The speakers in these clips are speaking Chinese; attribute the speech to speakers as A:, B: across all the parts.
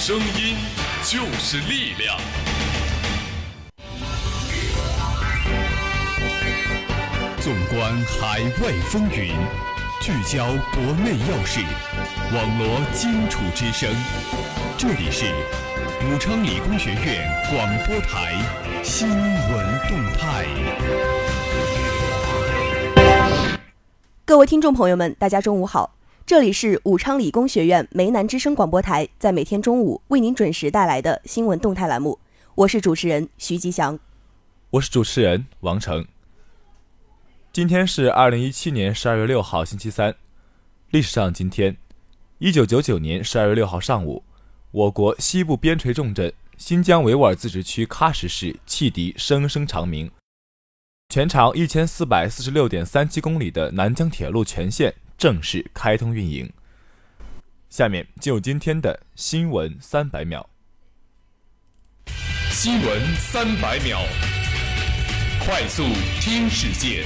A: 声音就是力量。
B: 纵观海外风云，聚焦国内要事，网罗荆楚之声。这里是武昌理工学院广播台新闻动态。
C: 各位听众朋友们，大家中午好，这里是武昌理工学院梅南之声广播台，在每天中午为您准时带来的新闻动态栏目，我是主持人徐吉祥，
D: 我是主持人王成。今天是2017年12月6号星期三。历史上今天1999年12月6号上午，我国西部边陲重镇新疆维吾尔自治区喀什市汽笛声声长鸣，全长1446.37公里的南疆铁路全线正式开通运营。下面进入今天的新闻300秒。
A: 新闻300秒，快速听世界。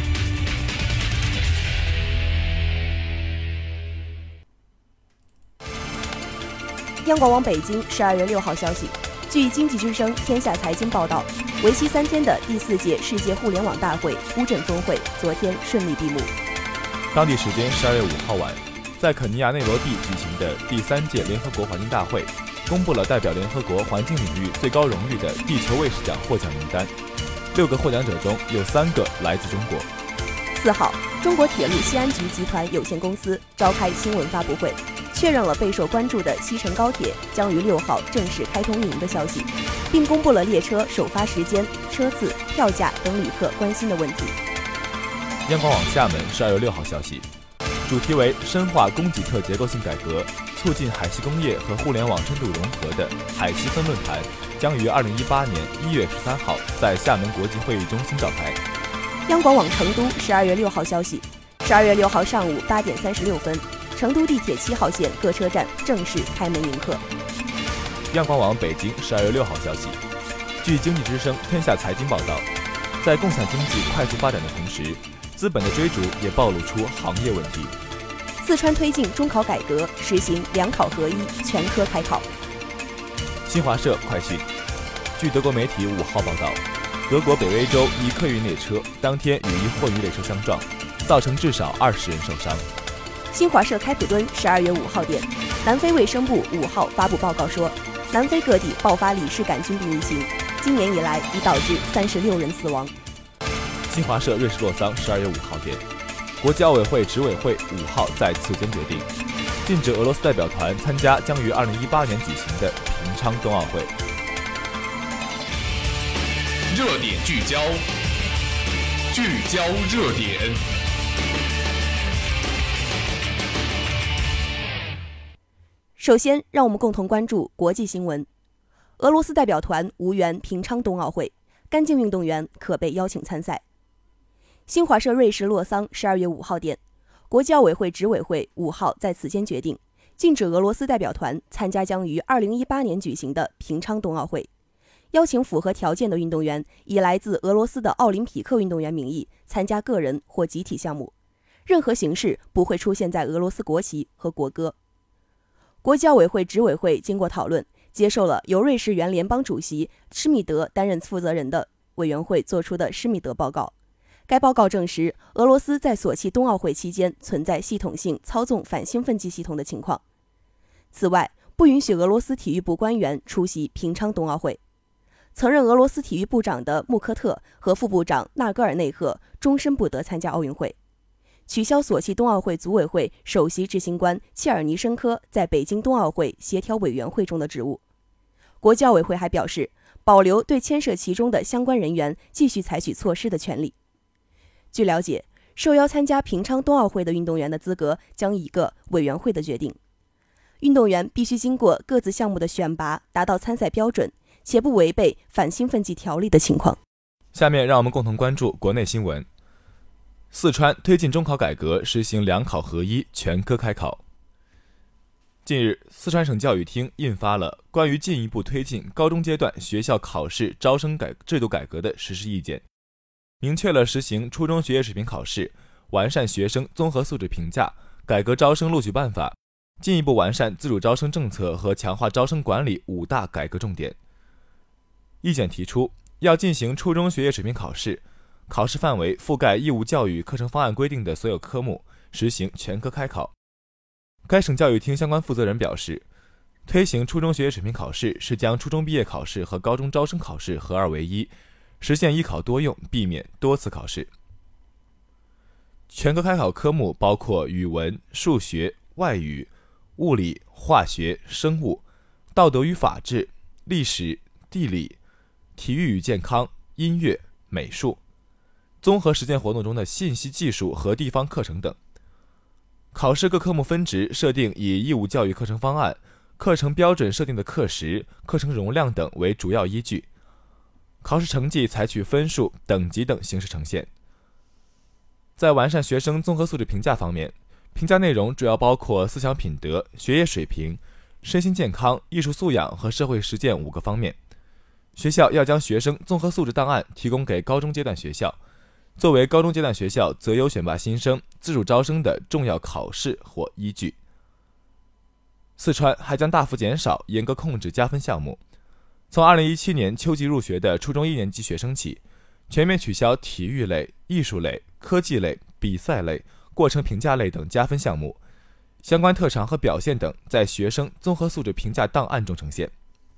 C: 央广网北京12月6号消息，据经济之声天下财经报道，为期3天的第4届世界互联网大会乌镇峰会昨天顺利闭幕。
D: 当地时间12月5号晚，在肯尼亚内罗毕举行的第3届联合国环境大会公布了代表联合国环境领域最高荣誉的地球卫士奖获奖名单，6个获奖者中有3个来自中国。
C: 4号，中国铁路西安局集团有限公司召开新闻发布会，确认了备受关注的西成高铁将于6号正式开通运营的消息，并公布了列车首发时间、车次、票价等旅客关心的问题。
D: 央广网厦门12月6号消息，主题为深化供给侧结构性改革，促进海系工业和互联网深度融合的海西分论坛将于2018年1月13号在厦门国际会议中心召开。
C: 央广网成都12月6号消息，12月6号上午8点36分，成都地铁7号线各车站正式开门迎客。
D: 央广网北京12月6号消息，据经济之声天下财经报道，在共享经济快速发展的同时，资本的追逐也暴露出行业问题。
C: 四川推进中考改革，实行2考合一，全科开考。
D: 新华社快讯，据德国媒体5号报道，德国北威州一客运列车当天与一货运列车相撞，造成至少20人受伤。
C: 新华社开普敦12月5号电，南非卫生部5号发布报告说，南非各地爆发李氏杆菌病疫情，今年以来已导致36人死亡。
D: 新华社瑞士洛桑12月5号电，国际奥委会执委会5号在此间决定，禁止俄罗斯代表团参加将于2018年举行的平昌冬奥会。
A: 热点聚焦，聚焦热点。
C: 首先，让我们共同关注国际新闻。俄罗斯代表团无缘平昌冬奥会，干净运动员可被邀请参赛。新华社瑞士洛桑12月5号电，国际奥委会执委会5号在此间决定，禁止俄罗斯代表团参加将于2018年举行的平昌冬奥会，邀请符合条件的运动员以来自俄罗斯的奥林匹克运动员名义参加个人或集体项目，任何形式不会出现在俄罗斯国旗和国歌。国际奥委会执委会经过讨论，接受了由瑞士原联邦主席施密德担任负责人的委员会作出的施密德报告。该报告证实，俄罗斯在索契冬奥会期间存在系统性操纵反兴奋剂系统的情况。此外，不允许俄罗斯体育部官员出席平昌冬奥会。曾任俄罗斯体育部长的穆科特和副部长纳戈尔内赫终身不得参加奥运会。取消索契冬奥会组委会首席执行官切尔尼申科在北京冬奥会协调委员会中的职务。国际奥委会还表示，保留对牵涉其中的相关人员继续采取措施的权利。据了解，受邀参加平昌冬奥会的运动员的资格将以一个委员会的决定。运动员必须经过各自项目的选拔，达到参赛标准，且不违背反兴奋剂条例的情况。
D: 下面让我们共同关注国内新闻。四川推进中考改革，实行2考合一，全科开考。近日，四川省教育厅印发了关于进一步推进高中阶段学校考试招生制度改革的实施意见，明确了实行初中学业水平考试、完善学生综合素质评价、改革招生录取办法、 进一步完善自主招生政策和强化招生管理5大改革重点。意见提出，要进行初中学业水平考试，考试范围覆盖义务教育课程方案规定的所有科目，实行全科开考。该省教育厅相关负责人表示，推行初中学业水平考试是将初中毕业考试和高中招生考试合二为一，实现一考多用，避免多次考试。全科开考科目包括语文、数学、外语、物理、化学、生物、道德与法治、历史、地理、体育与健康、音乐、美术、综合实践活动中的信息技术和地方课程等。考试各科目分值设定以义务教育课程方案、课程标准设定的课时、课程容量等为主要依据。考试成绩采取分数、等级等形式呈现。在完善学生综合素质评价方面，评价内容主要包括思想品德、学业水平、身心健康、艺术素养和社会实践5个方面。学校要将学生综合素质档案提供给高中阶段学校，作为高中阶段学校择优选拔新生、自主招生的重要考试或依据。四川还将大幅减少、严格控制加分项目。从2017年秋季入学的初中1年级学生起，全面取消体育类、艺术类、科技类、比赛类、过程评价类等加分项目，相关特长和表现等在学生综合素质评价档案中呈现。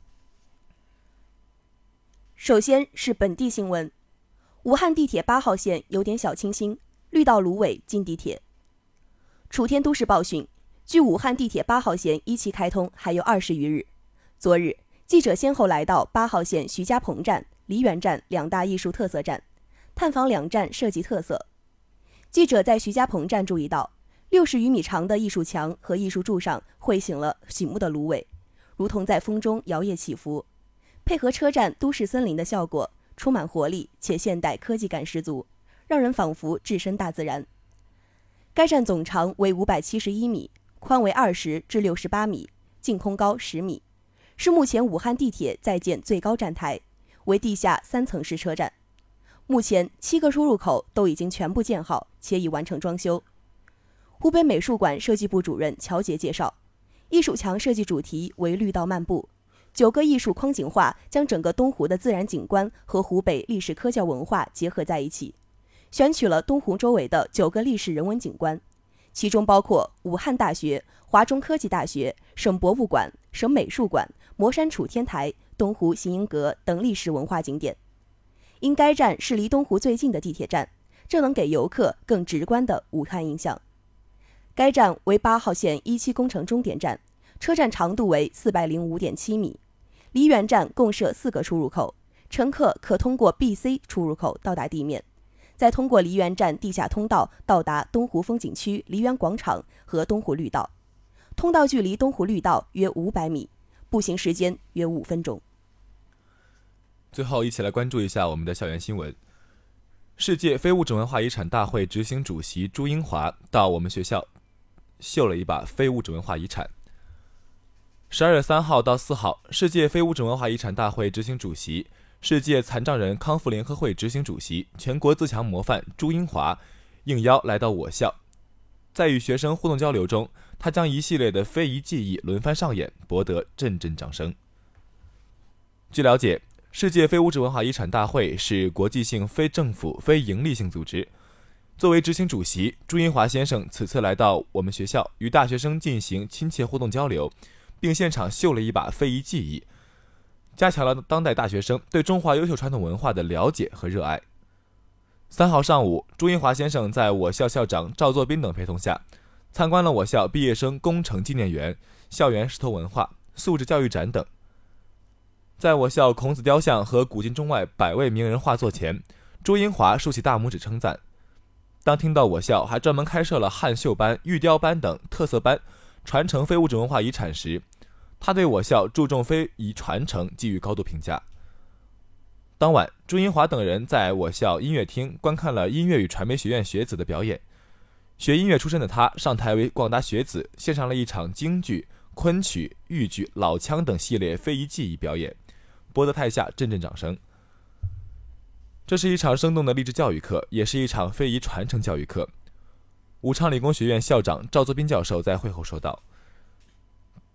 C: 首先是本地新闻，武汉地铁8号线有点小清新，绿到芦苇进地铁。楚天都市报讯，距武汉地铁8号线1期开通还有20余日。昨日，记者先后来到8号线徐家棚站、梨园站2大艺术特色站，探访2站设计特色。记者在徐家棚站注意到，60余米长的艺术墙和艺术柱上绘醒了醒目的芦苇，如同在风中摇曳起伏，配合车站都市森林的效果，充满活力且现代科技感十足，让人仿佛置身大自然。该站总长为571米，宽为20至68米，净空高10米，是目前武汉地铁在建最高站台，为地下3层式车站。目前7个出入口都已经全部建好，且已完成装修。湖北美术馆设计部主任乔杰介绍，艺术墙设计主题为绿道漫步，9个艺术框景画将整个东湖的自然景观和湖北历史科教文化结合在一起，选取了东湖周围的9个历史人文景观，其中包括武汉大学、华中科技大学、省博物馆、省美术馆、磨山楚天台、东湖行营阁等历史文化景点。因该站是离东湖最近的地铁站，这能给游客更直观的武汉印象。该站为8号线1期工程终点站，车站长度为405.7米。梨园站共设4个出入口，乘客可通过 B、C 出入口到达地面，再通过梨园站地下通道到达东湖风景区梨园广场和东湖绿道。通道距离东湖绿道约500米，步行时间约5分钟。
D: 最后，一起来关注一下我们的校园新闻。世界非物质文化遗产大会执行主席朱英华到我们学校秀了一把非物质文化遗产。12月3号到4号，世界非物质文化遗产大会执行主席、世界残障人康复联合会执行主席、全国自强模范朱英华应邀来到我校。在与学生互动交流中，他将一系列的非遗技艺轮番上演，博得阵阵掌声。据了解，世界非物质文化遗产大会是国际性非政府非营利性组织。作为执行主席，朱英华先生此次来到我们学校，与大学生进行亲切互动交流，并现场秀了一把非遗技艺，加强了当代大学生对中华优秀传统文化的了解和热爱。3号上午，朱英华先生在我校校长赵作斌等陪同下，参观了我校毕业生工程纪念园、校园石头文化、素质教育展等。在我校孔子雕像和古今中外100位名人画作前，朱英华竖起大拇指称赞。当听到我校还专门开设了汉绣班、玉雕班等特色班，传承非物质文化遗产时，他对我校注重非遗传承给予高度评价。当晚，朱英华等人在我校音乐厅观看了音乐与传媒学院学子的表演。学音乐出身的他上台为广大学子献上了一场京剧、昆曲、豫剧、老腔等系列非遗技艺表演，博得台下阵阵掌声。这是一场生动的励志教育课，也是一场非遗传承教育课。武昌理工学院校长赵作斌教授在会后说道：“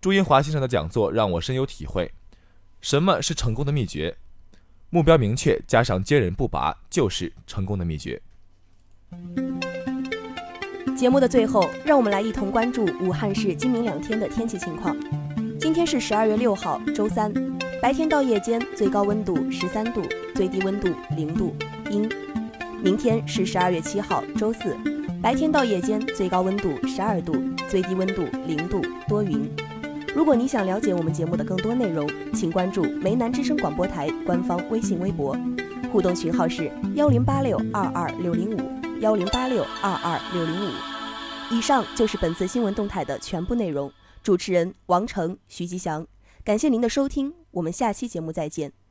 D: 朱英华先生的讲座让我深有体会。什么是成功的秘诀？目标明确加上坚韧不拔就是成功的秘诀。
C: 节目的最后，让我们来一同关注武汉市今明两天的天气情况。今天是12月6号，周三，白天到夜间最高温度13度，最低温度0度，阴。明天是12月7号，周四，白天到夜间最高温度12度，最低温度0度，多云。如果你想了解我们节目的更多内容，请关注梅南之声广播台官方微信微博，互动群号是108622605108622605。以上就是本次新闻动态的全部内容。主持人王成、徐吉祥，感谢您的收听，我们下期节目再见。